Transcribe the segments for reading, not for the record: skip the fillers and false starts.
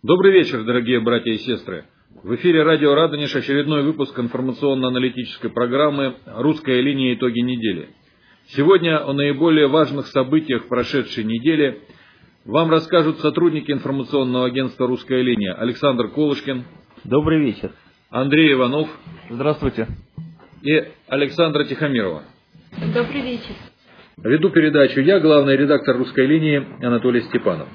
Добрый вечер, дорогие братья и сестры. В эфире радио Радонеж очередной выпуск информационно-аналитической программы «Русская линия. Итоги недели». Сегодня о наиболее важных событиях прошедшей недели вам расскажут сотрудники информационного агентства «Русская линия» Александр Колышкин. Добрый вечер. Андрей Иванов. Здравствуйте. И Александра Тихомирова. Добрый вечер. Веду передачу я, главный редактор «Русской линии» Анатолий Степанов.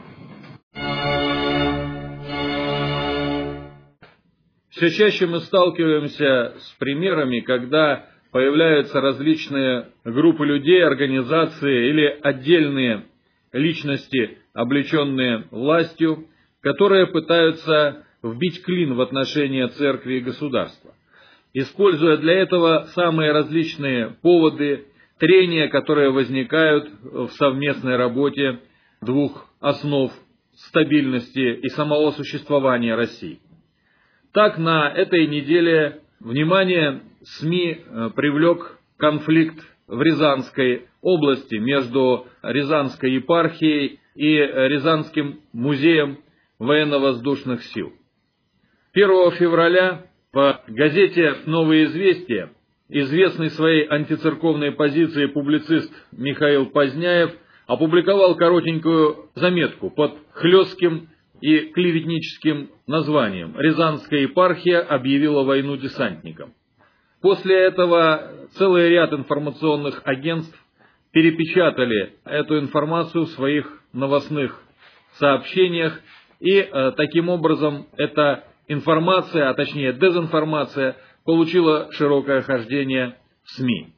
Все чаще мы сталкиваемся с примерами, когда появляются различные группы людей, организации или отдельные личности, облеченные властью, которые пытаются вбить клин в отношения церкви и государства, используя для этого самые различные поводы, трения, которые возникают в совместной работе двух основ стабильности и самого существования России. Так, на этой неделе внимание СМИ привлек конфликт в Рязанской области между Рязанской епархией и Рязанским музеем военно-воздушных сил. 1 февраля в газете «Новые известия» известный своей антицерковной позицией публицист Михаил Поздняев опубликовал коротенькую заметку под хлестким и клеветническим названием «Рязанская епархия объявила войну десантникам». После этого целый ряд информационных агентств перепечатали эту информацию в своих новостных сообщениях, и таким образом эта информация, а точнее дезинформация, получила широкое хождение в СМИ.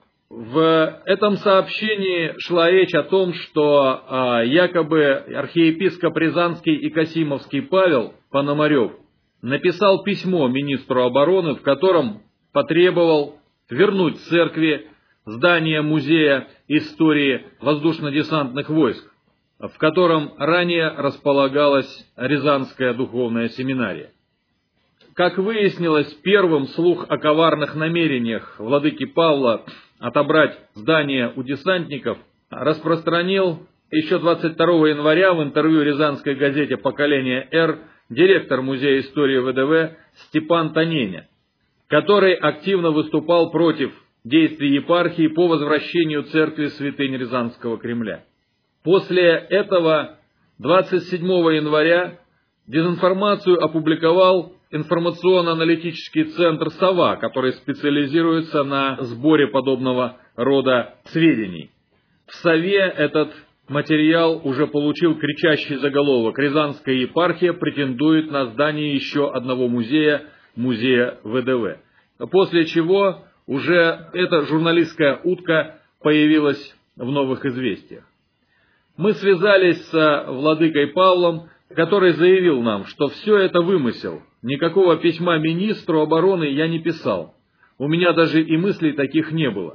В этом сообщении шла речь о том, что якобы архиепископ Рязанский и Касимовский Павел Пономарев написал письмо министру обороны, в котором потребовал вернуть церкви здание музея истории воздушно-десантных войск, в котором ранее располагалась Рязанская духовная семинария. Как выяснилось, первым слух о коварных намерениях владыки Павла отобрать здание у десантников распространил еще 22 января в интервью рязанской газете «Поколение Р» директор Музея истории ВДВ Степан Таненя, который активно выступал против действий епархии по возвращению церкви святынь Рязанского Кремля. После этого 27 января дезинформацию опубликовал информационно-аналитический центр «Сова», который специализируется на сборе подобного рода сведений. В «Сове» этот материал уже получил кричащий заголовок «Рязанская епархия претендует на здание еще одного музея, музея ВДВ». После чего уже эта журналистская утка появилась в «Новых известиях». Мы связались с владыкой Павлом, который заявил нам, что все это вымысел. Никакого письма министру обороны я не писал. У меня даже и мыслей таких не было.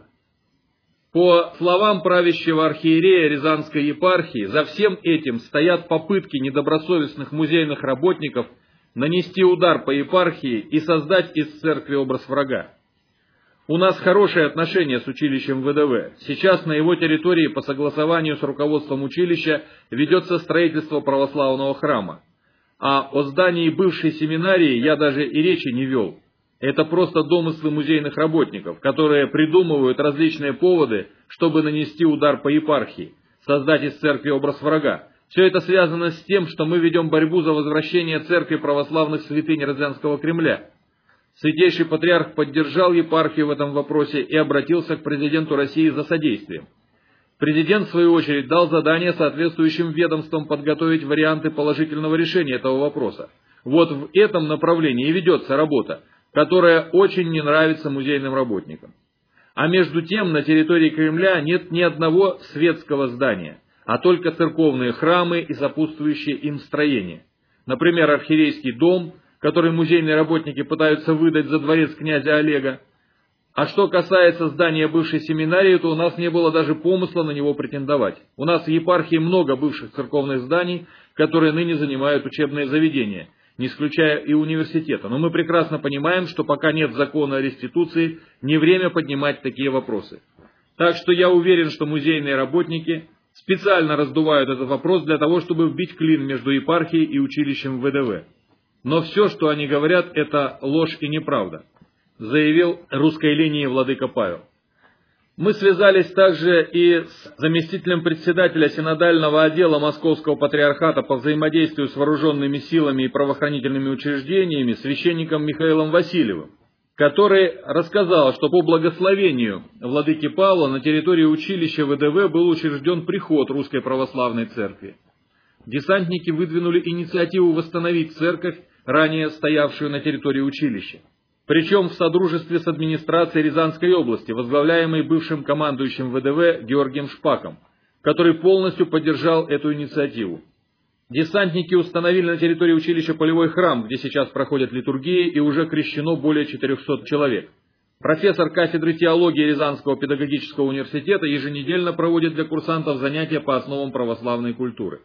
По словам правящего архиерея Рязанской епархии, за всем этим стоят попытки недобросовестных музейных работников нанести удар по епархии и создать из церкви образ врага. У нас хорошие отношения с училищем ВДВ. Сейчас на его территории по согласованию с руководством училища ведется строительство православного храма. А о здании бывшей семинарии я даже и речи не вел. Это просто домыслы музейных работников, которые придумывают различные поводы, чтобы нанести удар по епархии, создать из церкви образ врага. Все это связано с тем, что мы ведем борьбу за возвращение церкви православных святынь Рязанского Кремля. Святейший Патриарх поддержал епархию в этом вопросе и обратился к президенту России за содействием. Президент, в свою очередь, дал задание соответствующим ведомствам подготовить варианты положительного решения этого вопроса. Вот в этом направлении и ведется работа, которая очень не нравится музейным работникам. А между тем, на территории Кремля нет ни одного светского здания, а только церковные храмы и сопутствующие им строения. Например, архиерейский дом, который музейные работники пытаются выдать за дворец князя Олега. А что касается здания бывшей семинарии, то у нас не было даже помысла на него претендовать. У нас в епархии много бывших церковных зданий, которые ныне занимают учебные заведения, не исключая и университета. Но мы прекрасно понимаем, что пока нет закона о реституции, не время поднимать такие вопросы. Так что я уверен, что музейные работники специально раздувают этот вопрос для того, чтобы вбить клин между епархией и училищем ВДВ. Но все, что они говорят, это ложь и неправда, заявил русской линии владыка Павел. Мы связались также и с заместителем председателя синодального отдела Московского патриархата по взаимодействию с вооруженными силами и правоохранительными учреждениями, священником Михаилом Васильевым, который рассказал, что по благословению владыки Павла на территории училища ВДВ был учрежден приход Русской Православной Церкви. Десантники выдвинули инициативу восстановить церковь, ранее стоявшую на территории училища. Причем в содружестве с администрацией Рязанской области, возглавляемой бывшим командующим ВДВ Георгием Шпаком, который полностью поддержал эту инициативу. Десантники установили на территории училища полевой храм, где сейчас проходят литургии, и уже крещено более 400 человек. Профессор кафедры теологии Рязанского педагогического университета еженедельно проводит для курсантов занятия по основам православной культуры.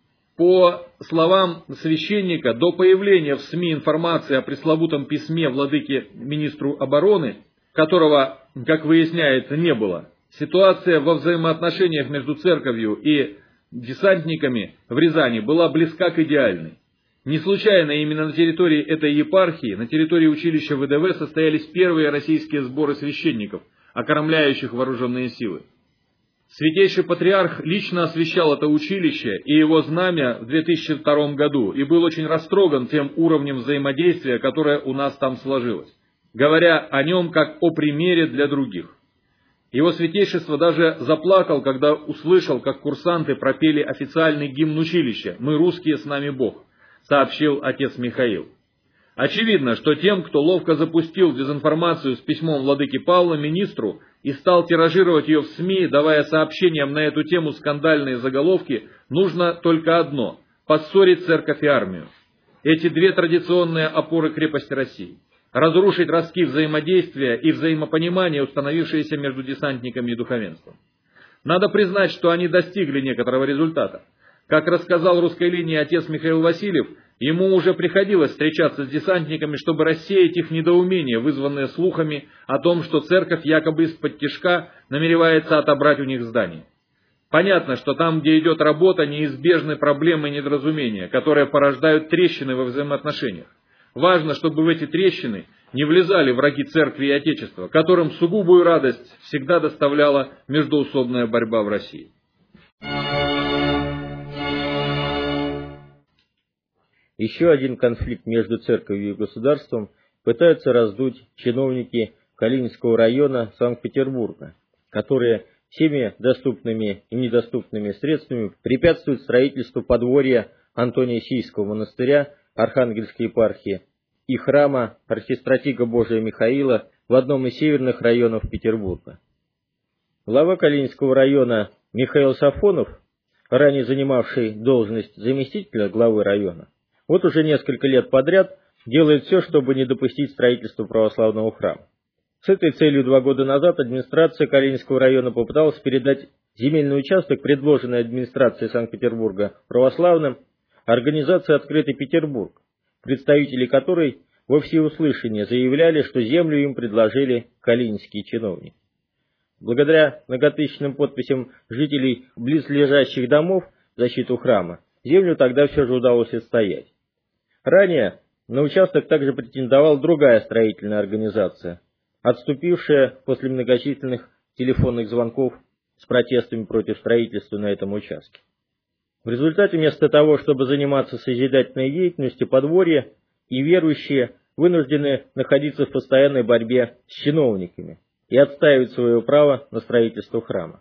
По словам священника, до появления в СМИ информации о пресловутом письме владыки министру обороны, которого, как выясняется, не было, ситуация во взаимоотношениях между церковью и десантниками в Рязани была близка к идеальной. Не случайно именно на территории этой епархии, на территории училища ВДВ, состоялись первые российские сборы священников, окормляющих вооруженные силы. Святейший Патриарх лично освящал это училище и его знамя в 2002 году и был очень растроган тем уровнем взаимодействия, которое у нас там сложилось, говоря о нем как о примере для других. Его святейшество даже заплакал, когда услышал, как курсанты пропели официальный гимн училища «Мы русские, с нами Бог», сообщил отец Михаил. Очевидно, что тем, кто ловко запустил дезинформацию с письмом владыки Павла министру и стал тиражировать ее в СМИ, давая сообщениям на эту тему скандальные заголовки, нужно только одно – поссорить церковь и армию. Эти две традиционные опоры крепости России. Разрушить ростки взаимодействия и взаимопонимания, установившиеся между десантниками и духовенством. Надо признать, что они достигли некоторого результата. Как рассказал русской линии отец Михаил Васильев, ему уже приходилось встречаться с десантниками, чтобы рассеять их недоумение, вызванное слухами о том, что церковь якобы из-под тишка намеревается отобрать у них здание. Понятно, что там, где идет работа, неизбежны проблемы и недоразумения, которые порождают трещины во взаимоотношениях. Важно, чтобы в эти трещины не влезали враги церкви и отечества, которым сугубую радость всегда доставляла междоусобная борьба в России. Еще один конфликт между церковью и государством пытаются раздуть чиновники Калининского района Санкт-Петербурга, которые всеми доступными и недоступными средствами препятствуют строительству подворья Антония Сийского монастыря Архангельской епархии и храма архистратига Божия Михаила в одном из северных районов Петербурга. Глава Калининского района Михаил Сафонов, ранее занимавший должность заместителя главы района, вот уже несколько лет подряд делает все, чтобы не допустить строительства православного храма. С этой целью 2 года назад администрация Калининского района попыталась передать земельный участок, предложенный администрацией Санкт-Петербурга православным, организации «Открытый Петербург», представители которой во всеуслышание заявляли, что землю им предложили калининские чиновники. Благодаря многотысячным подписям жителей близлежащих домов в защиту храма, землю тогда все же удалось отстоять. Ранее на участок также претендовала другая строительная организация, отступившая после многочисленных телефонных звонков с протестами против строительства на этом участке. В результате вместо того, чтобы заниматься созидательной деятельностью, подворье и верующие вынуждены находиться в постоянной борьбе с чиновниками и отстаивать свое право на строительство храма.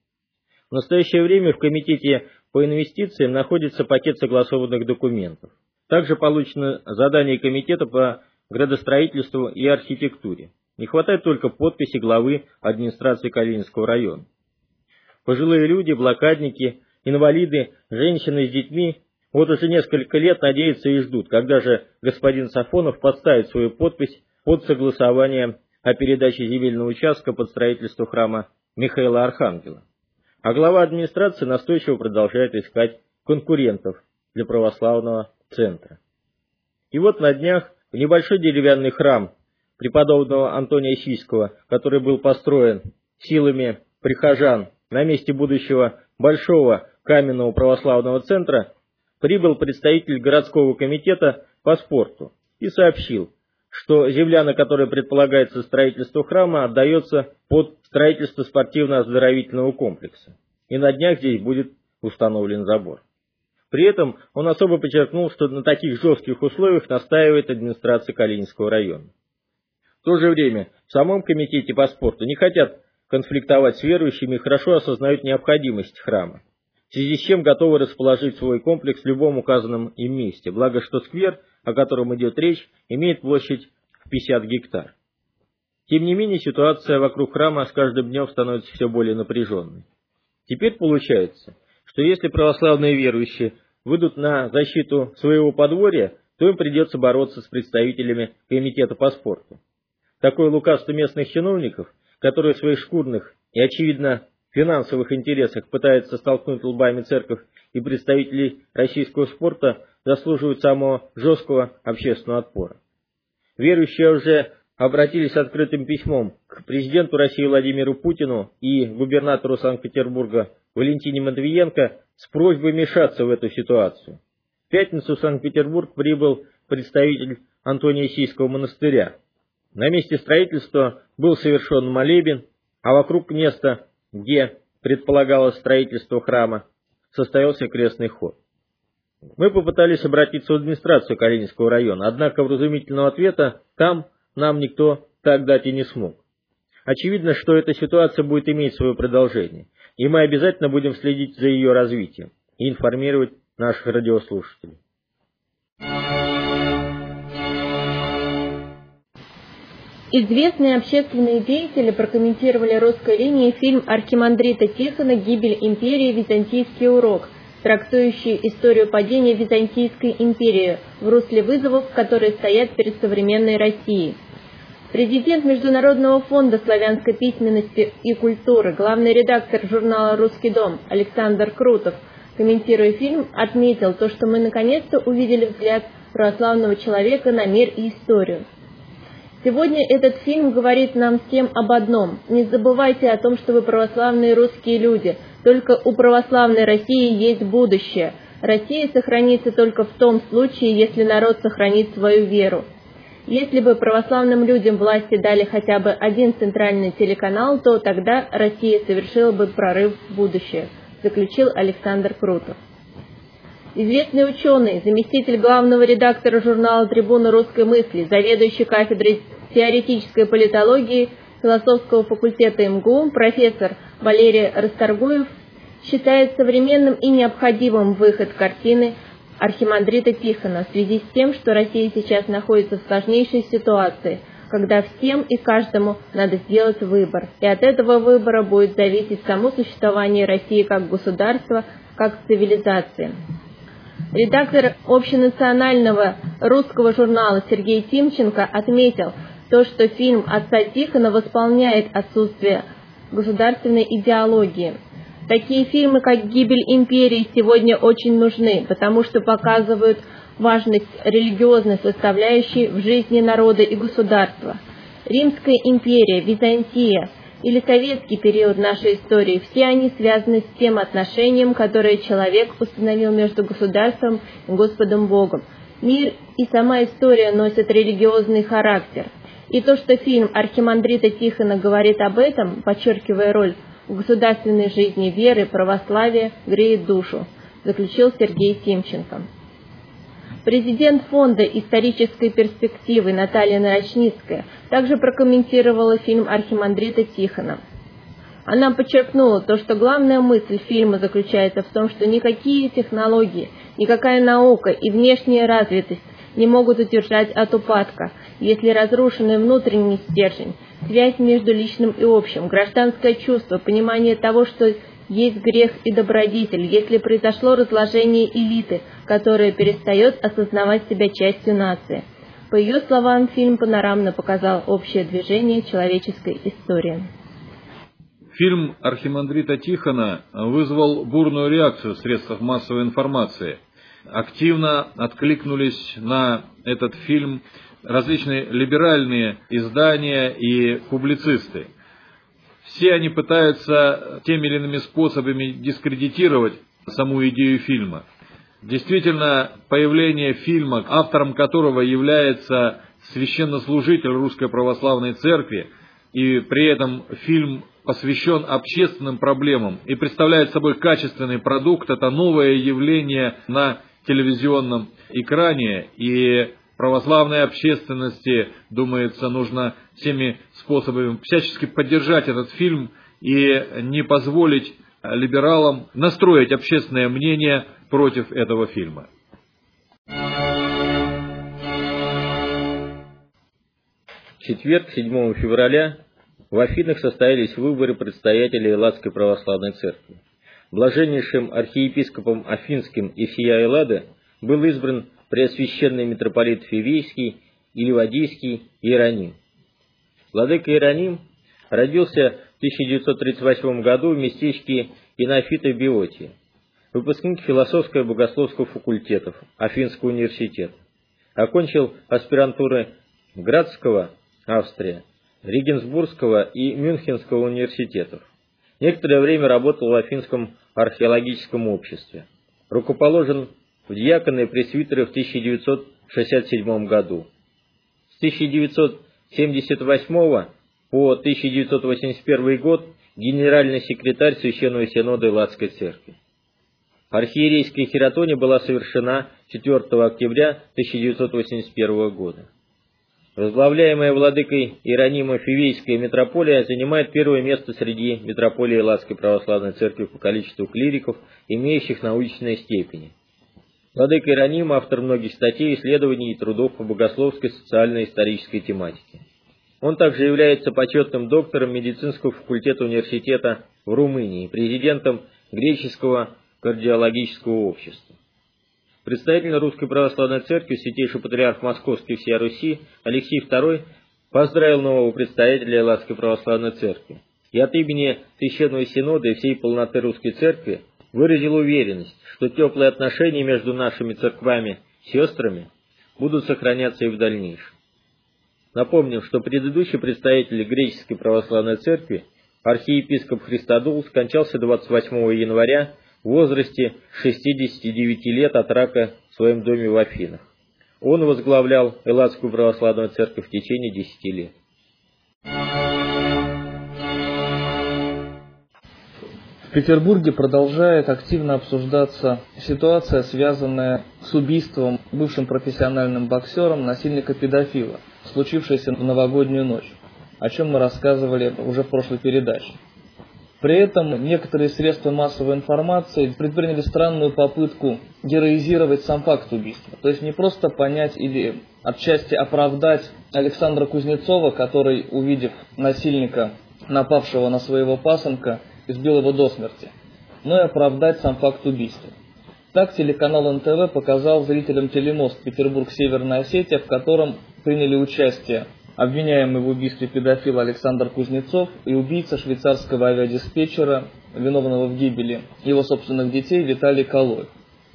В настоящее время в Комитете по инвестициям находится пакет согласованных документов. Также получено задание комитета по градостроительству и архитектуре. Не хватает только подписи главы администрации Калининского района. Пожилые люди, блокадники, инвалиды, женщины с детьми вот уже несколько лет надеются и ждут, когда же господин Сафонов подставит свою подпись под согласование о передаче земельного участка под строительство храма Михаила Архангела. А глава администрации настойчиво продолжает искать конкурентов для православного центра. И вот на днях в небольшой деревянный храм преподобного Антония Сийского, который был построен силами прихожан на месте будущего Большого каменного православного центра прибыл представитель городского комитета по спорту и сообщил, что земля, на которой предполагается строительство храма, отдается под строительство спортивно-оздоровительного комплекса, и на днях здесь будет установлен забор. При этом он особо подчеркнул, что на таких жестких условиях настаивает администрация Калининского района. В то же время в самом комитете по спорту не хотят конфликтовать с верующими и хорошо осознают необходимость храма, в связи с чем готовы расположить свой комплекс в любом указанном им месте, благо что сквер, о котором идет речь, имеет площадь в 50 гектар. Тем не менее, ситуация вокруг храма с каждым днем становится все более напряженной. Теперь получается, что если православные верующие выйдут на защиту своего подворья, то им придется бороться с представителями комитета по спорту. Такое лукавство местных чиновников, которые в своих шкурных и, очевидно, финансовых интересах пытаются столкнуть лбами церковь и представителей российского спорта, заслуживают самого жесткого общественного отпора. Верующие уже обратились с открытым письмом к президенту России Владимиру Путину и губернатору Санкт-Петербурга Валентине Матвиенко с просьбой вмешаться в эту ситуацию. В пятницу в Санкт-Петербург прибыл представитель Антониосийского монастыря. На месте строительства был совершен молебен, а вокруг места, где предполагалось строительство храма, состоялся крестный ход. Мы попытались обратиться в администрацию Калининского района, однако вразумительного ответа там нам никто так дать и не смог. Очевидно, что эта ситуация будет иметь свое продолжение, и мы обязательно будем следить за ее развитием и информировать наших радиослушателей. Известные общественные деятели прокомментировали русской линией фильм архимандрита Тихона «Гибель империи. Византийский урок», трактующий историю падения Византийской империи в русле вызовов, которые стоят перед современной Россией. Президент Международного фонда славянской письменности и культуры, главный редактор журнала «Русский дом» Александр Крутов, комментируя фильм, отметил то, что мы наконец-то увидели взгляд православного человека на мир и историю. Сегодня этот фильм говорит нам всем об одном. Не забывайте о том, что вы православные русские люди. Только у православной России есть будущее. Россия сохранится только в том случае, если народ сохранит свою веру. Если бы православным людям власти дали хотя бы один центральный телеканал, то тогда Россия совершила бы прорыв в будущее, заключил Александр Крутов. Известный ученый, заместитель главного редактора журнала «Трибуна русской мысли», заведующий кафедрой теоретической политологии философского факультета МГУ, профессор Валерий Расторгуев, считает современным и необходимым выход картины архимандрита Тихона в связи с тем, что Россия сейчас находится в сложнейшей ситуации, когда всем и каждому надо сделать выбор, и от этого выбора будет зависеть само существование России как государства, как цивилизации. Редактор общенационального русского журнала Сергей Тимченко отметил то, что фильм отца Тихона восполняет отсутствие государственной идеологии. Такие фильмы, как «Гибель империи», сегодня очень нужны, потому что показывают важность религиозной составляющей в жизни народа и государства. Римская империя, Византия или советский период нашей истории, все они связаны с тем отношением, которое человек установил между государством и Господом Богом. Мир и сама история носят религиозный характер. И то, что фильм архимандрита Тихона говорит об этом, подчеркивая роль в государственной жизни веры, православия, греет душу, заключил Сергей Тимченко. Президент фонда исторической перспективы Наталья Нарочницкая также прокомментировала фильм архимандрита Тихона. Она подчеркнула то, что главная мысль фильма заключается в том, что никакие технологии, никакая наука и внешняя развитость не могут удержать от упадка, если разрушенный внутренний стержень, связь между личным и общим, гражданское чувство, понимание того, что есть грех и добродетель, если произошло разложение элиты, которая перестает осознавать себя частью нации. По ее словам, фильм панорамно показал общее движение человеческой истории. Фильм архимандрита Тихона вызвал бурную реакцию в средствах массовой информации. Активно откликнулись на этот фильм различные либеральные издания и публицисты. все они пытаются теми или иными способами дискредитировать саму идею фильма. Действительно, появление фильма, автором которого является священнослужитель Русской Православной Церкви, и при этом фильм посвящен общественным проблемам и представляет собой качественный продукт, это новое явление на телевизионном экране, и православной общественности, думается, нужно всеми способами всячески поддержать этот фильм и не позволить либералам настроить общественное мнение против этого фильма. В четверг, 7 февраля, в Афинах состоялись выборы предстоятелей Элладской православной церкви. Блаженнейшим архиепископом Афинским и всея Эллады был избран преосвященный митрополит Фивейский и Ливадийский Иероним. Владыка Иероним родился в 1938 году в местечке Инофита в Биотии, выпускник философского и богословского факультетов Афинского университета. Окончил аспирантуры Градского, Австрия, Регенсбургского и Мюнхенского университетов. Некоторое время работал в Афинском археологическом обществе. Рукоположен в диаконы и пресвитеры в 1967 году. С 1978 по 1981 год генеральный секретарь Священного Синода Элладской Церкви. Архиерейская хератония была совершена 4 октября 1981 года. Возглавляемая владыкой Иеронимом Фивейская митрополия занимает первое место среди митрополий Элладской православной церкви по количеству клириков, имеющих научные степени. Владыка Иероним – автор многих статей, исследований и трудов по богословской, социальной и исторической тематике. Он также является почетным доктором медицинского факультета университета в Румынии, президентом Греческого кардиологического общества. Представитель Русской Православной Церкви, святейший патриарх Московский и всея Руси Алексей II поздравил нового представителя Элладской Православной Церкви и от имени Священного Синода и всей полноты Русской Церкви выразил уверенность, что теплые отношения между нашими церквами, сестрами, будут сохраняться и в дальнейшем. Напомним, что предыдущий представитель Греческой Православной Церкви, архиепископ Христодул, скончался 28 января в возрасте 69 лет от рака в своем доме в Афинах. Он возглавлял Элладскую православную церковь в течение 10 лет. В Петербурге продолжает активно обсуждаться ситуация, связанная с убийством бывшим профессиональным боксером насильника-педофила, случившееся в новогоднюю ночь, о чем мы рассказывали уже в прошлой передаче. При этом некоторые средства массовой информации предприняли странную попытку героизировать сам факт убийства. То есть не просто понять или отчасти оправдать Александра Кузнецова, который, увидев насильника, напавшего на своего пасынка, избил его до смерти, но и оправдать сам факт убийства. Так телеканал НТВ показал зрителям телемост Петербург-Северная Осетия, в котором приняли участие обвиняемый в убийстве педофила Александр Кузнецов и убийца швейцарского авиадиспетчера, виновного в гибели его собственных детей, Виталий Калоев.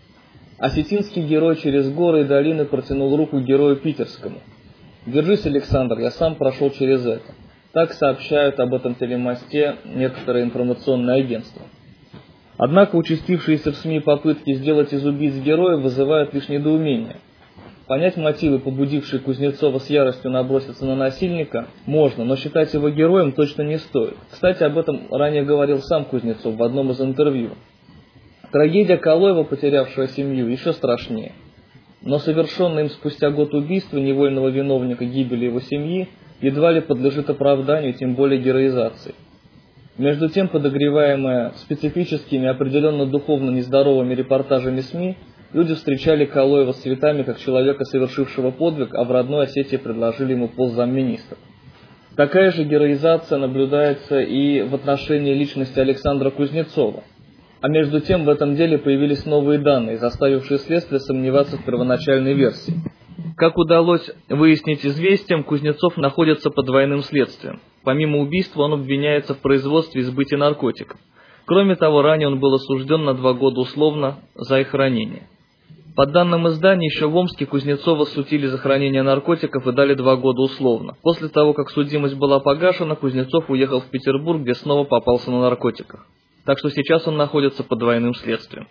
Осетинский герой через горы и долины протянул руку герою питерскому. «Держись, Александр, я сам прошел через это». Так сообщают об этом телемосте некоторые информационные агентства. Однако участившиеся в СМИ попытки сделать из убийц героев вызывают лишь недоумение. Понять мотивы, побудившие Кузнецова с яростью наброситься на насильника, можно, но считать его героем точно не стоит. Кстати, об этом ранее говорил сам Кузнецов в одном из интервью. Трагедия Калоева, потерявшего семью, еще страшнее. Но совершенное им спустя год убийство невольного виновника гибели его семьи едва ли подлежит оправданию, тем более героизации. Между тем, подогреваемая специфическими, определенно духовно нездоровыми репортажами СМИ, люди встречали Калоева с цветами как человека, совершившего подвиг, а в родной Осетии предложили ему пост замминистра. Такая же героизация наблюдается и в отношении личности Александра Кузнецова. А между тем в этом деле появились новые данные, заставившие следствие сомневаться в первоначальной версии. Как удалось выяснить известиям, Кузнецов находится под двойным следствием. Помимо убийства он обвиняется в производстве и сбытии наркотиков. Кроме того, ранее он был осужден на 2 года условно за их хранение. По данным издания, еще в Омске Кузнецова судили за хранение наркотиков и дали 2 года условно. После того, как судимость была погашена, Кузнецов уехал в Петербург, где снова попался на наркотиках. Так что сейчас он находится под двойным следствием.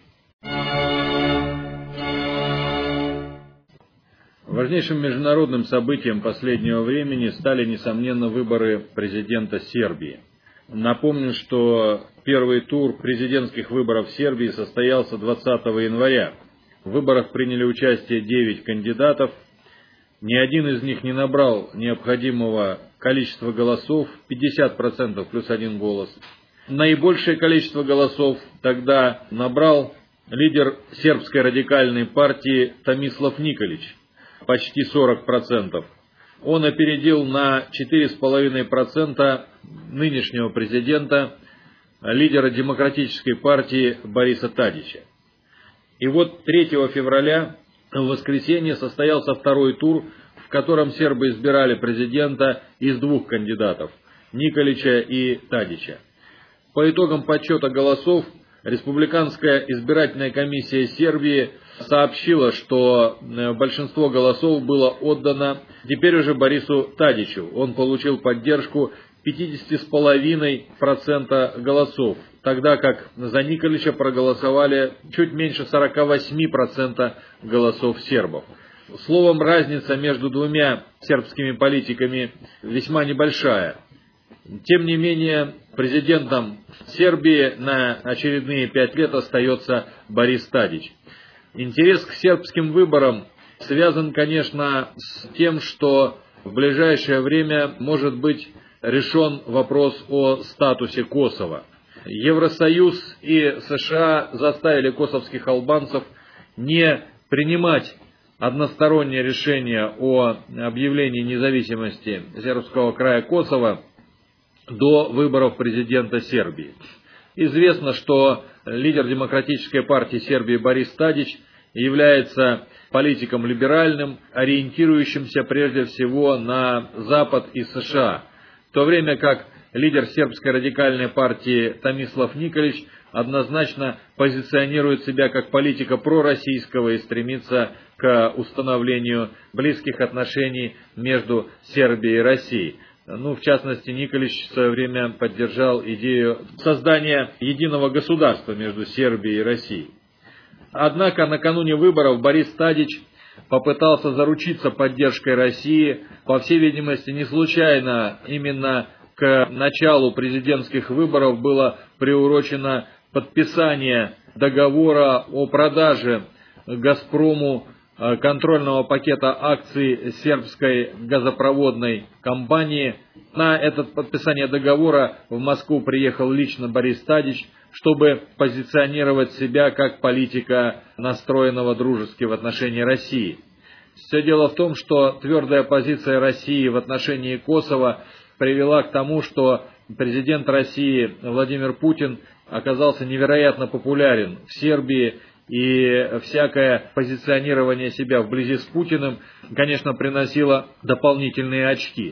Важнейшим международным событием последнего времени стали, несомненно, выборы президента Сербии. Напомню, что первый тур президентских выборов в Сербии состоялся 20 января. В выборах приняли участие 9 кандидатов. Ни один из них не набрал необходимого количества голосов, 50% плюс 1 голос. Наибольшее количество голосов тогда набрал лидер сербской радикальной партии Томислав Николич, почти 40%. Он опередил на 4,5% нынешнего президента, лидера демократической партии Бориса Тадича. И вот 3 февраля, в воскресенье, состоялся второй тур, в котором сербы избирали президента из 2 кандидатов – Николича и Тадича. По итогам подсчета голосов, Республиканская избирательная комиссия Сербии сообщила, что большинство голосов было отдано теперь уже Борису Тадичу. Он получил поддержку 50,5% голосов, тогда как за Николича проголосовали чуть меньше 48% голосов сербов. Словом, разница между 2 сербскими политиками весьма небольшая. Тем не менее, президентом Сербии на очередные 5 лет остается Борис Тадич. Интерес к сербским выборам связан, конечно, с тем, что в ближайшее время может быть решен вопрос о статусе Косово. Евросоюз и США заставили косовских албанцев не принимать одностороннее решение о объявлении независимости сербского края Косово до выборов президента Сербии. Известно, что лидер Демократической партии Сербии Борис Тадич является политиком либеральным, ориентирующимся прежде всего на Запад и США, в то время как лидер сербской радикальной партии Томислав Николич однозначно позиционирует себя как политика пророссийского и стремится к установлению близких отношений между Сербией и Россией. В частности, Николич в свое время поддержал идею создания единого государства между Сербией и Россией. Однако накануне выборов Борис Тадич попытался заручиться поддержкой России. По всей видимости, не случайно именно к началу президентских выборов было приурочено подписание договора о продаже «Газпрому» контрольного пакета акций сербской газопроводной компании. На это подписание договора в Москву приехал лично Борис Тадич, чтобы позиционировать себя как политика, настроенного дружески в отношении России. Все дело в том, что твердая позиция России в отношении Косово привела к тому, что президент России Владимир Путин оказался невероятно популярен в Сербии, и всякое позиционирование себя вблизи с Путиным, конечно, приносило дополнительные очки.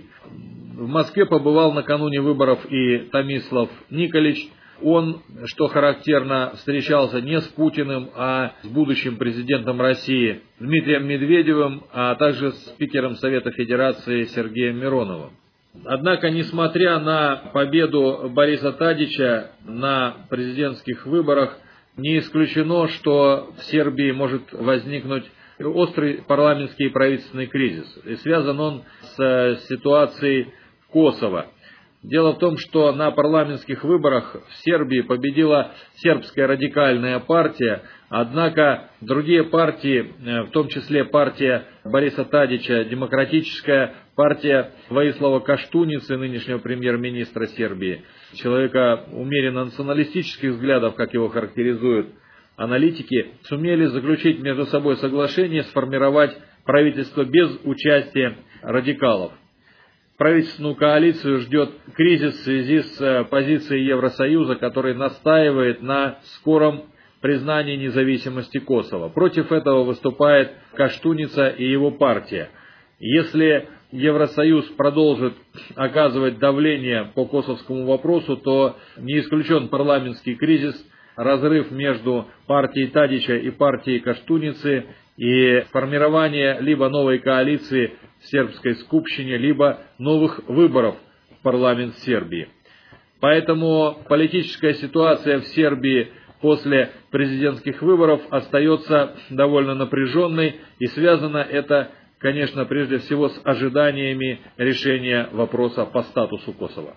В Москве побывал накануне выборов и Томислав Николич. Он, что характерно, встречался не с Путиным, а с будущим президентом России Дмитрием Медведевым, а также с спикером Совета Федерации Сергеем Мироновым. Однако, несмотря на победу Бориса Тадича на президентских выборах, не исключено, что в Сербии может возникнуть острый парламентский и правительственный кризис. И связан он с ситуацией в Косово. Дело в том, что на парламентских выборах в Сербии победила сербская радикальная партия, однако другие партии, в том числе партия Бориса Тадича, демократическая партия Воислава Каштуницы, нынешнего премьер-министра Сербии, человека умеренно националистических взглядов, как его характеризуют аналитики, сумели заключить между собой соглашение, сформировать правительство без участия радикалов. Правительственную коалицию ждет кризис в связи с позицией Евросоюза, который настаивает на скором признании независимости Косово. Против этого выступает Каштуница и его партия. Если Евросоюз продолжит оказывать давление по косовскому вопросу, то не исключен парламентский кризис, разрыв между партией Тадича и партией Каштуницы, и формирование либо новой коалиции в сербской скупщине, либо новых выборов в парламент Сербии. Поэтому политическая ситуация в Сербии после президентских выборов остается довольно напряженной, и связано это, конечно, прежде всего с ожиданиями решения вопроса по статусу Косово.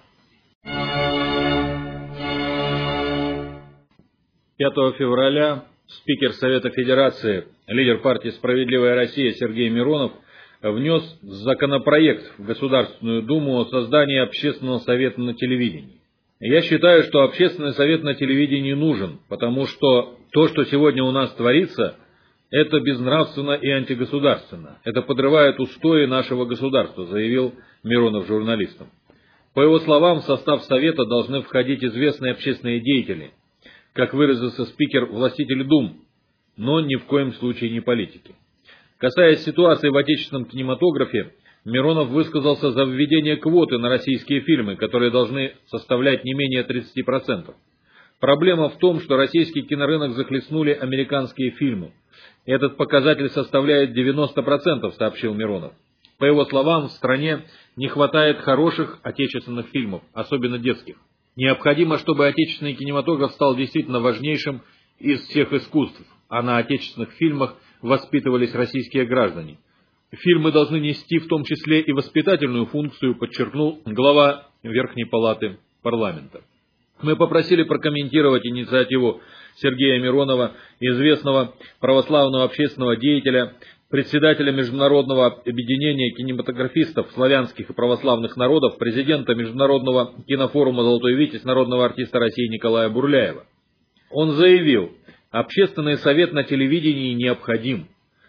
5 февраля спикер Совета Федерации, лидер партии «Справедливая Россия» Сергей Миронов внес законопроект в Государственную Думу о создании общественного совета на телевидении. Я считаю, что общественный совет на телевидении нужен, потому что то, что сегодня у нас творится, это безнравственно и антигосударственно. Это подрывает устои нашего государства, заявил Миронов журналистам. По его словам, в состав совета должны входить известные общественные деятели, как выразился спикер, властители дум, но ни в коем случае не политики. Касаясь ситуации в отечественном кинематографе, Миронов высказался за введение квоты на российские фильмы, которые должны составлять не менее 30%. Проблема в том, что российский кинорынок захлестнули американские фильмы. Этот показатель составляет 90%, сообщил Миронов. По его словам, в стране не хватает хороших отечественных фильмов, особенно детских. Необходимо, чтобы отечественный кинематограф стал действительно важнейшим из всех искусств, а на отечественных фильмах воспитывались российские граждане. Фильмы должны нести в том числе и воспитательную функцию, подчеркнул глава Верхней Палаты парламента. Мы попросили прокомментировать инициативу Сергея Миронова, известного православного общественного деятеля, председателя Международного объединения кинематографистов славянских и православных народов, президента Международного кинофорума «Золотой Витязь», народного артиста России Николая Бурляева. Он заявил: общественный совет на телевидении необходим.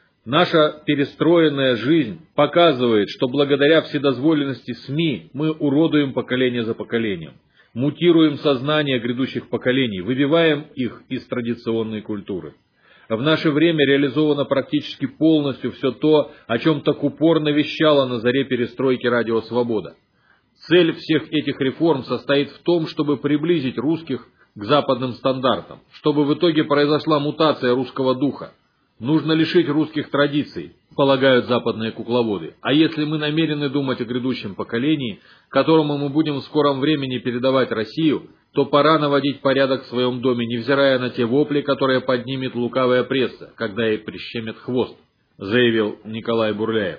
Наша перестроенная жизнь показывает, что благодаря вседозволенности СМИ мы уродуем поколение за поколением, мутируем сознание грядущих поколений, выбиваем их из традиционной культуры. В наше время реализовано практически полностью все то, о чем так упорно вещала на заре перестройки Радио Свобода. Цель всех этих реформ состоит в том, чтобы приблизить русских к западным стандартам, чтобы в итоге произошла мутация русского духа. Нужно лишить русских традиций, полагают западные кукловоды. А если мы намерены думать о грядущем поколении, которому мы будем в скором времени передавать Россию, то пора наводить порядок в своем доме, невзирая на те вопли, которые поднимет лукавая пресса, когда ей прищемит хвост, заявил Николай Бурляев.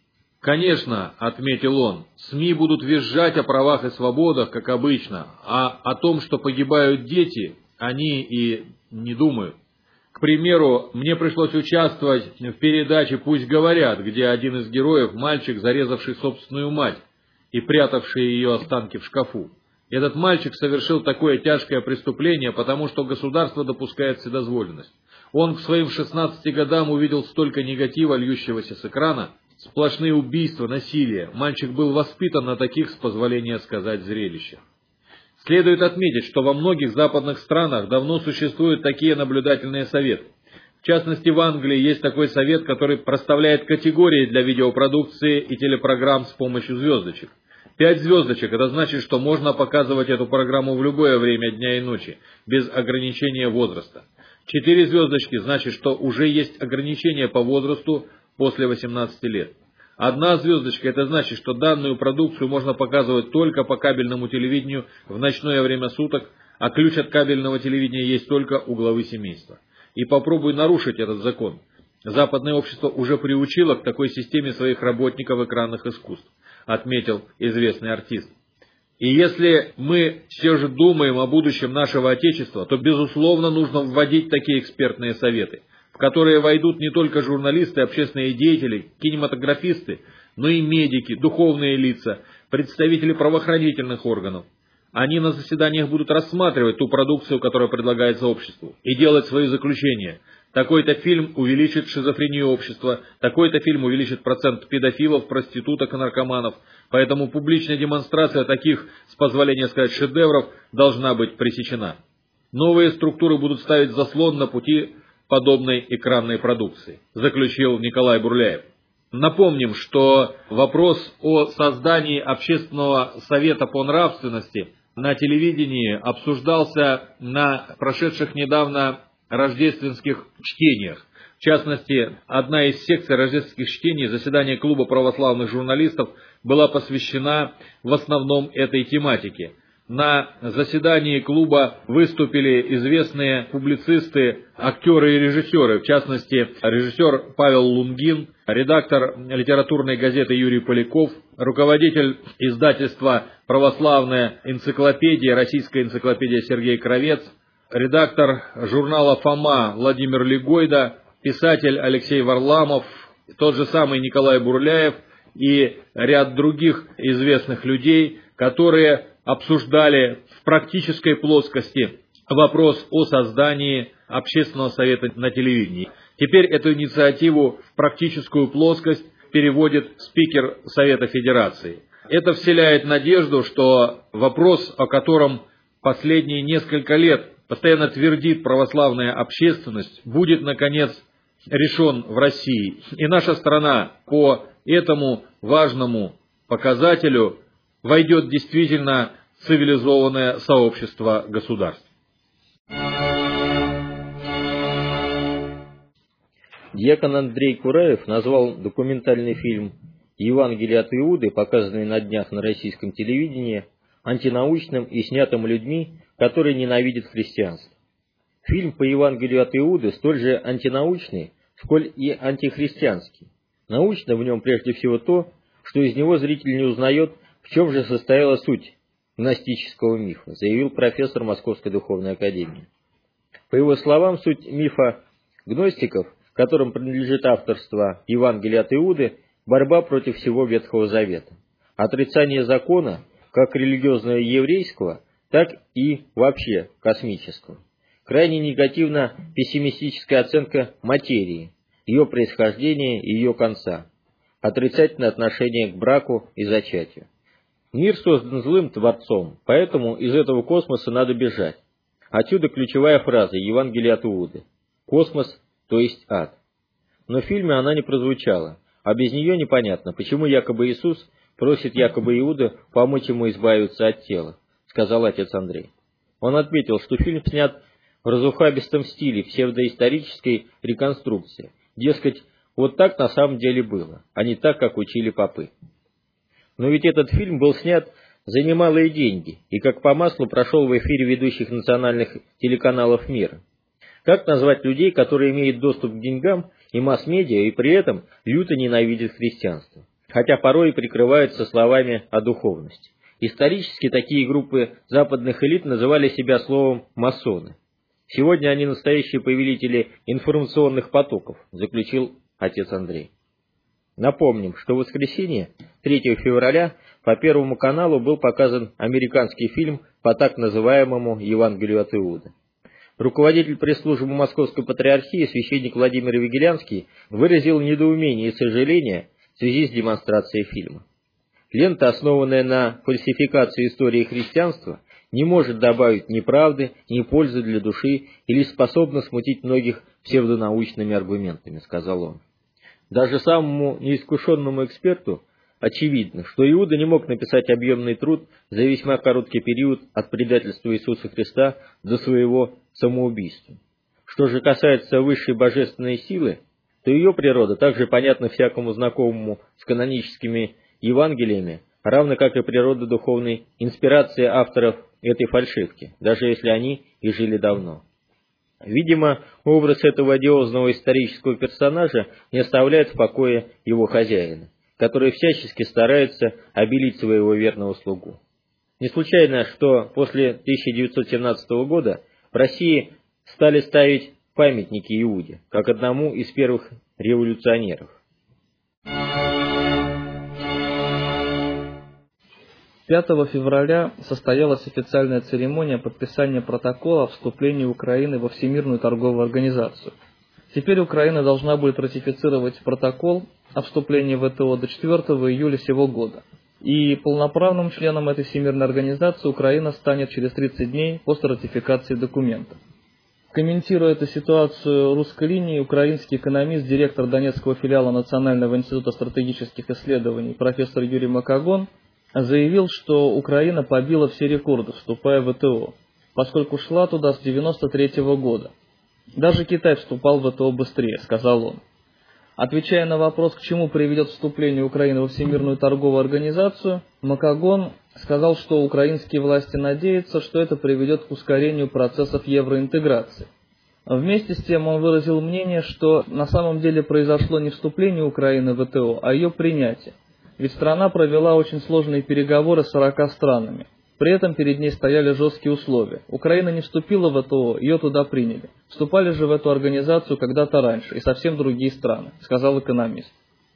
Конечно, отметил он, СМИ будут визжать о правах и свободах, как обычно, а о том, что погибают дети, они и не думают. К примеру, мне пришлось участвовать в передаче «Пусть говорят», где один из героев – мальчик, зарезавший собственную мать и прятавший ее останки в шкафу. Этот мальчик совершил такое тяжкое преступление, потому что государство допускает вседозволенность. Он к своим 16 годам увидел столько негатива, льющегося с экрана, сплошные убийства, насилие. Мальчик был воспитан на таких, с позволения сказать, зрелищах. Следует отметить, что во многих западных странах давно существуют такие наблюдательные советы. В частности, в Англии есть такой совет, который проставляет категории для видеопродукции и телепрограмм с помощью звездочек. 5 звездочек – это значит, что можно показывать эту программу в любое время дня и ночи, без ограничения возраста. 4 звездочки – значит, что уже есть ограничения по возрасту после 18 лет. 1 звездочка – это значит, что данную продукцию можно показывать только по кабельному телевидению в ночное время суток, а ключ от кабельного телевидения есть только у главы семейства. И попробуй нарушить этот закон. Западное общество уже приучило к такой системе своих работников экранных искусств, отметил известный артист. И если мы все же думаем о будущем нашего Отечества, то, безусловно, нужно вводить такие экспертные советы, в которые войдут не только журналисты, общественные деятели, кинематографисты, но и медики, духовные лица, представители правоохранительных органов. Они на заседаниях будут рассматривать ту продукцию, которая предлагается обществу, и делать свои заключения. Такой-то фильм увеличит шизофрению общества, такой-то фильм увеличит процент педофилов, проституток и наркоманов. Поэтому публичная демонстрация таких, с позволения сказать, шедевров должна быть пресечена. Новые структуры будут ставить заслон на пути подобной экранной продукции, заключил Николай Бурляев. Напомним, что вопрос о создании общественного совета по нравственности на телевидении обсуждался на прошедших недавно рождественских чтениях. В В частности, одна из секций рождественских чтений, заседание клуба православных журналистов, была посвящена в основном этой тематике. На заседании клуба выступили известные публицисты, актеры и режиссеры, в частности, режиссер Павел Лунгин, редактор литературной газеты Юрий Поляков, руководитель издательства «Православная энциклопедия», российская энциклопедия Сергей Кравец, редактор журнала «Фома» Владимир Легойда, писатель Алексей Варламов, тот же самый Николай Бурляев и ряд других известных людей, которые обсуждали в практической плоскости вопрос о создании общественного совета на телевидении. Теперь эту инициативу в практическую плоскость переводит спикер Совета Федерации. Это вселяет надежду, что вопрос, о котором последние несколько лет постоянно твердит православная общественность, будет, наконец, решен в России. И наша страна по этому важному показателю войдет действительно в цивилизованное сообщество государств. Дьякон Андрей Кураев назвал документальный фильм «Евангелие от Иуды», показанный на днях на российском телевидении, антинаучным и снятым людьми, которые ненавидят христианство. Фильм по Евангелию от Иуды столь же антинаучный, сколь и антихристианский. Научно в нем прежде всего то, что из него зритель не узнает, в чем же состояла суть гностического мифа, заявил профессор Московской духовной академии. По его словам, суть мифа гностиков, которым принадлежит авторство Евангелия от Иуды, борьба против всего Ветхого Завета, отрицание закона, как религиозного еврейского, так и вообще космического. Крайне негативна пессимистическая оценка материи, ее происхождения и ее конца, отрицательное отношение к браку и зачатию. Мир создан злым Творцом, поэтому из этого космоса надо бежать. Отсюда ключевая фраза Евангелия от Иуды. Космос, то есть ад. Но в фильме она не прозвучала, а без нее непонятно, почему якобы Иисус просит якобы Иуду помочь ему избавиться от тела, сказал отец Андрей. Он отметил, что фильм снят в разухабистом стиле псевдоисторической реконструкции. Дескать, вот так на самом деле было, а не так, как учили попы. Но ведь этот фильм был снят за немалые деньги и как по маслу прошел в эфире ведущих национальных телеканалов мира. Как назвать людей, которые имеют доступ к деньгам и масс-медиа и при этом люто ненавидят христианство, хотя порой и прикрываются словами о духовности? Исторически такие группы западных элит называли себя словом «масоны». Сегодня они настоящие повелители информационных потоков, заключил отец Андрей. Напомним, что в воскресенье, 3 февраля, по Первому каналу был показан американский фильм по так называемому Евангелию от Иуды. Руководитель пресс-службы Московской Патриархии, священник Владимир Вигелянский, выразил недоумение и сожаление в связи с демонстрацией фильма. Лента, основанная на фальсификации истории христианства, не может добавить ни правды, ни пользы для души или способна смутить многих псевдонаучными аргументами, сказал он. Даже самому неискушенному эксперту очевидно, что Иуда не мог написать объемный труд за весьма короткий период от предательства Иисуса Христа до своего самоубийства. Что же касается высшей божественной силы, то ее природа также понятна всякому знакомому с каноническими Евангелиями, равно как и природа духовной инспирации авторов этой фальшивки, даже если они и жили давно. Видимо, образ этого одиозного исторического персонажа не оставляет в покое его хозяина, который всячески старается обелить своего верного слугу. Не случайно, что после 1917 года в России стали ставить памятники Иуде, как одному из первых революционеров. 5 февраля состоялась официальная церемония подписания протокола о вступлении Украины во Всемирную торговую организацию. Теперь Украина должна будет ратифицировать протокол о вступлении в ВТО до 4 июля сего года. И полноправным членом этой всемирной организации Украина станет через 30 дней после ратификации документа. Комментируя эту ситуацию русской линии, украинский экономист, директор Донецкого филиала Национального института стратегических исследований профессор Юрий Макагон заявил, что Украина побила все рекорды, вступая в ВТО, поскольку шла туда с 1993 года. Даже Китай вступал в ВТО быстрее, сказал он. Отвечая на вопрос, к чему приведет вступление Украины во Всемирную торговую организацию, Макагон сказал, что украинские власти надеются, что это приведет к ускорению процессов евроинтеграции. Вместе с тем он выразил мнение, что на самом деле произошло не вступление Украины в ВТО, а ее принятие. Ведь страна провела очень сложные переговоры с 40 странами. При этом перед ней стояли жесткие условия. Украина не вступила в ВТО, ее туда приняли. Вступали же в эту организацию когда-то раньше, и совсем другие страны, сказал экономист.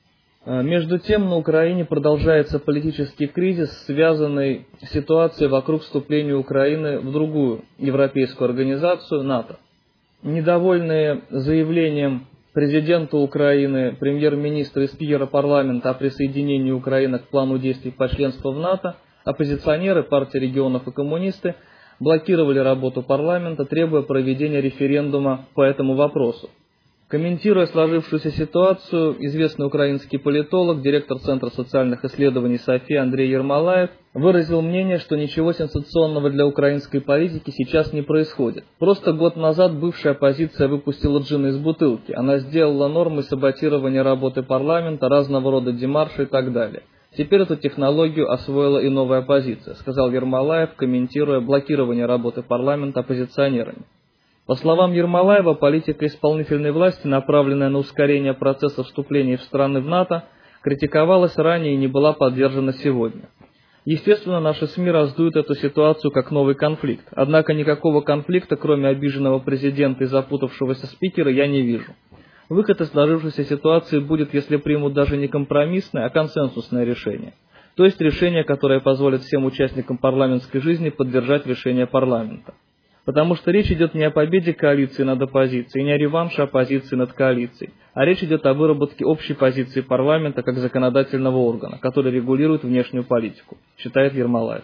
Между тем, на Украине продолжается политический кризис, связанный с ситуацией вокруг вступления Украины в другую европейскую организацию НАТО. Недовольные заявлением президента Украины, премьер-министра и спикера парламента о присоединении Украины к плану действий по членству в НАТО, оппозиционеры, партии регионов и коммунисты блокировали работу парламента, требуя проведения референдума по этому вопросу. Комментируя сложившуюся ситуацию, известный украинский политолог, директор Центра социальных исследований СОФИ Андрей Ермолаев выразил мнение, что ничего сенсационного для украинской политики сейчас не происходит. Просто год назад бывшая оппозиция выпустила джин из бутылки. Она сделала нормой саботирования работы парламента, разного рода демарши и так далее. Теперь эту технологию освоила и новая оппозиция, сказал Ермолаев, комментируя блокирование работы парламента оппозиционерами. По словам Ермолаева, политика исполнительной власти, направленная на ускорение процесса вступления в страны в НАТО, критиковалась ранее и не была поддержана сегодня. Естественно, наши СМИ раздуют эту ситуацию как новый конфликт. Однако никакого конфликта, кроме обиженного президента и запутавшегося спикера, я не вижу. Выход из сложившейся ситуации будет, если примут даже не компромиссное, а консенсусное решение. То есть решение, которое позволит всем участникам парламентской жизни поддержать решение парламента. Потому что речь идет не о победе коалиции над оппозицией, не о реванше оппозиции над коалицией, а речь идет о выработке общей позиции парламента как законодательного органа, который регулирует внешнюю политику, считает Ермолаев.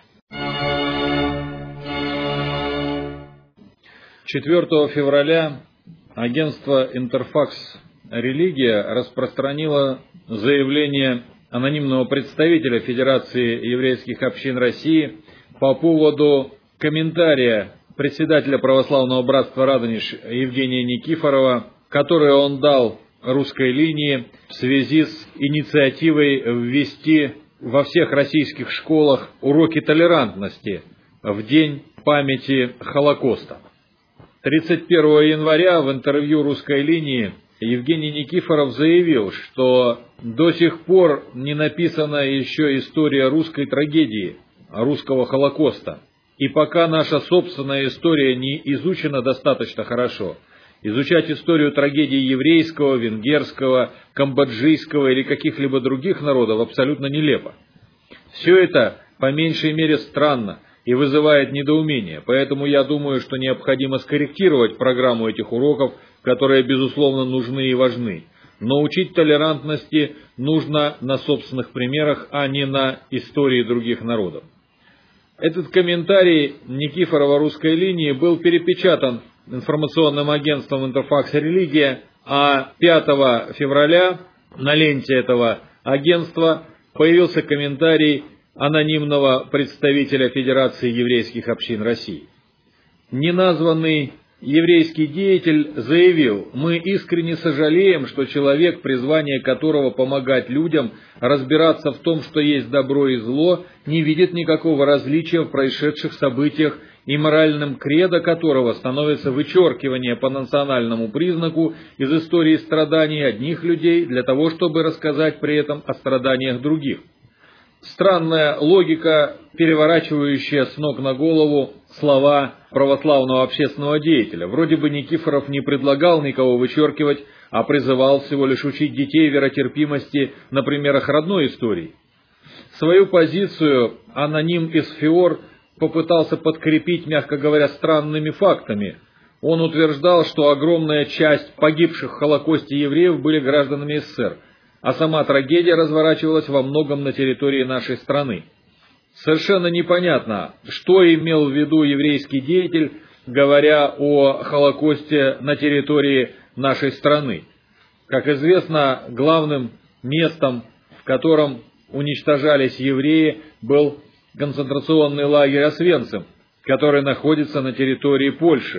4 февраля агентство «Интерфакс Религия» распространило заявление анонимного представителя Федерации еврейских общин России по поводу комментария председателя Православного братства Радонеж Евгения Никифорова, который он дал русской линии в связи с инициативой ввести во всех российских школах уроки толерантности в День памяти Холокоста. 31 января в интервью русской линии Евгений Никифоров заявил, что до сих пор не написана еще история русской трагедии, русского Холокоста. И пока наша собственная история не изучена достаточно хорошо, изучать историю трагедии еврейского, венгерского, камбоджийского или каких-либо других народов абсолютно нелепо. Все это по меньшей мере странно и вызывает недоумение, поэтому я думаю, что необходимо скорректировать программу этих уроков, которые, безусловно, нужны и важны. Но учить толерантности нужно на собственных примерах, а не на истории других народов. Этот комментарий Никифорова русской линии был перепечатан информационным агентством «Интерфакс Религия», а 5 февраля на ленте этого агентства появился комментарий анонимного представителя Федерации еврейских общин России. Неназванный еврейский деятель заявил: «Мы искренне сожалеем, что человек, призвание которого помогать людям разбираться в том, что есть добро и зло, не видит никакого различия в происшедших событиях, и моральным кредо которого становится вычеркивание по национальному признаку из истории страданий одних людей для того, чтобы рассказать при этом о страданиях других». Странная логика, переворачивающая с ног на голову слова православного общественного деятеля. Вроде бы Никифоров не предлагал никого вычеркивать, а призывал всего лишь учить детей веротерпимости на примерах родной истории. Свою позицию аноним из ФИОР попытался подкрепить, мягко говоря, странными фактами. Он утверждал, что огромная часть погибших в Холокосте евреев были гражданами СССР, а сама трагедия разворачивалась во многом на территории нашей страны. Совершенно непонятно, что имел в виду еврейский деятель, говоря о Холокосте на территории нашей страны. Как известно, главным местом, в котором уничтожались евреи, был концентрационный лагерь Освенцим, который находится на территории Польши.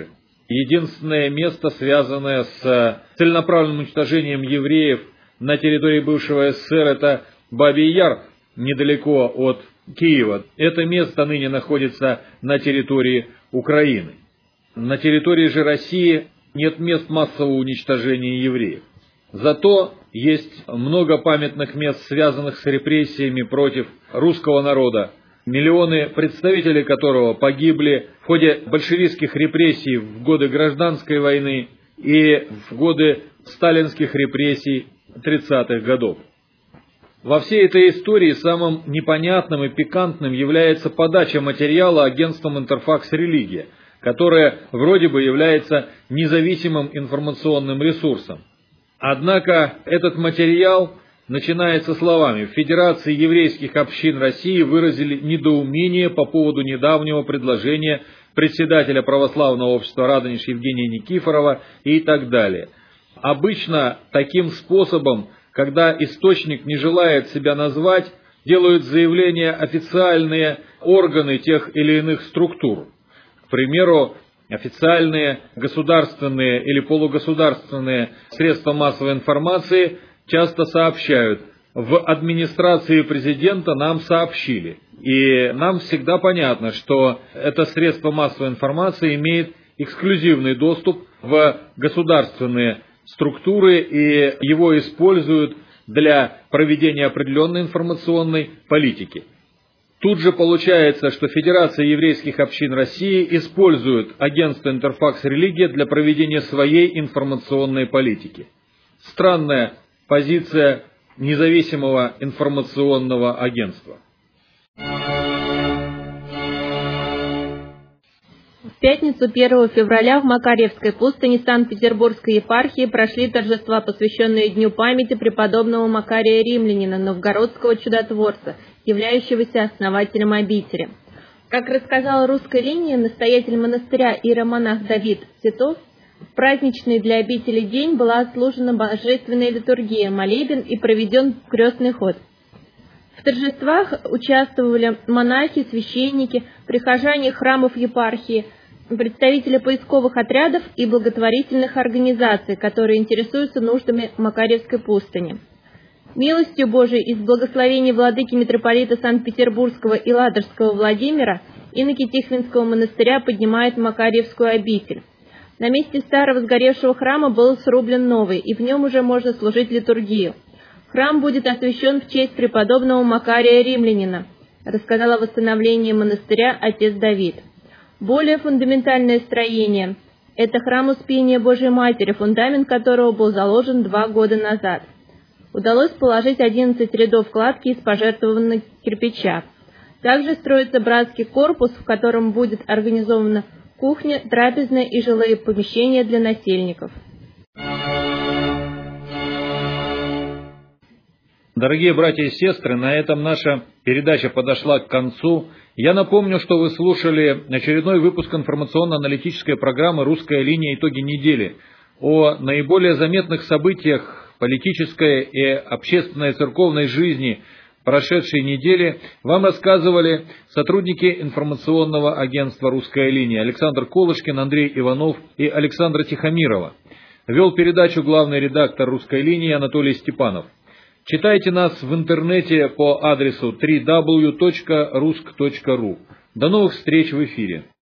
Единственное место, связанное с целенаправленным уничтожением евреев на территории бывшего СССР, это Бабий Яр, недалеко от Киева. Это место ныне находится на территории Украины. На территории же России нет мест массового уничтожения евреев. Зато есть много памятных мест, связанных с репрессиями против русского народа, миллионы представителей которого погибли в ходе большевистских репрессий в годы гражданской войны и в годы сталинских репрессий 30-х годов. Во всей этой истории самым непонятным и пикантным является подача материала агентством «Интерфакс Религия», которое вроде бы является независимым информационным ресурсом. Однако этот материал начинается словами: «В Федерации еврейских общин России выразили недоумение по поводу недавнего предложения председателя Православного общества Радонежа Евгения Никифорова» и так далее. Обычно таким способом, когда источник не желает себя назвать, делают заявления официальные органы тех или иных структур. К примеру, официальные государственные или полугосударственные средства массовой информации часто сообщают: в администрации президента нам сообщили. И нам всегда понятно, что это средство массовой информации имеет эксклюзивный доступ в государственные структуры и его используют для проведения определенной информационной политики. Тут же получается, что Федерация еврейских общин России использует агентство «Интерфакс Религия» для проведения своей информационной политики. Странная позиция независимого информационного агентства. В пятницу 1 февраля в Макарьевской пустыне Санкт-Петербургской епархии прошли торжества, посвященные Дню памяти преподобного Макария Римлянина, новгородского чудотворца, являющегося основателем обители. Как рассказала «Русская линия», настоятель монастыря иеромонах Давид Титов, в праздничный для обители день была отслужена божественная литургия, молебен и проведен крестный ход. В торжествах участвовали монахи, священники, прихожане храмов епархии, представители поисковых отрядов и благотворительных организаций, которые интересуются нуждами Макарьевской пустыни. Милостью Божией и с благословения владыки митрополита Санкт-Петербургского и Ладожского Владимира иноки Тихвинского монастыря поднимают Макарьевскую обитель. На месте старого сгоревшего храма был срублен новый, и в нем уже можно служить литургию. Храм будет освящен в честь преподобного Макария Римлянина, рассказал о восстановлении монастыря отец Давид. Более фундаментальное строение – это храм Успения Божией Матери, фундамент которого был заложен 2 года назад. Удалось положить 11 рядов кладки из пожертвованного кирпича. Также строится братский корпус, в котором будет организована кухня, трапезная и жилые помещения для насельников. Дорогие братья и сестры, на этом наша передача подошла к концу. Я напомню, что вы слушали очередной выпуск информационно-аналитической программы «Русская линия. Итоги недели». О наиболее заметных событиях политической и общественной церковной жизни прошедшей недели вам рассказывали сотрудники информационного агентства «Русская линия» Александр Колышкин, Андрей Иванов и Александра Тихомирова. Вел передачу главный редактор «Русской линии» Анатолий Степанов. Читайте нас в интернете по адресу www.rusk.ru. До новых встреч в эфире.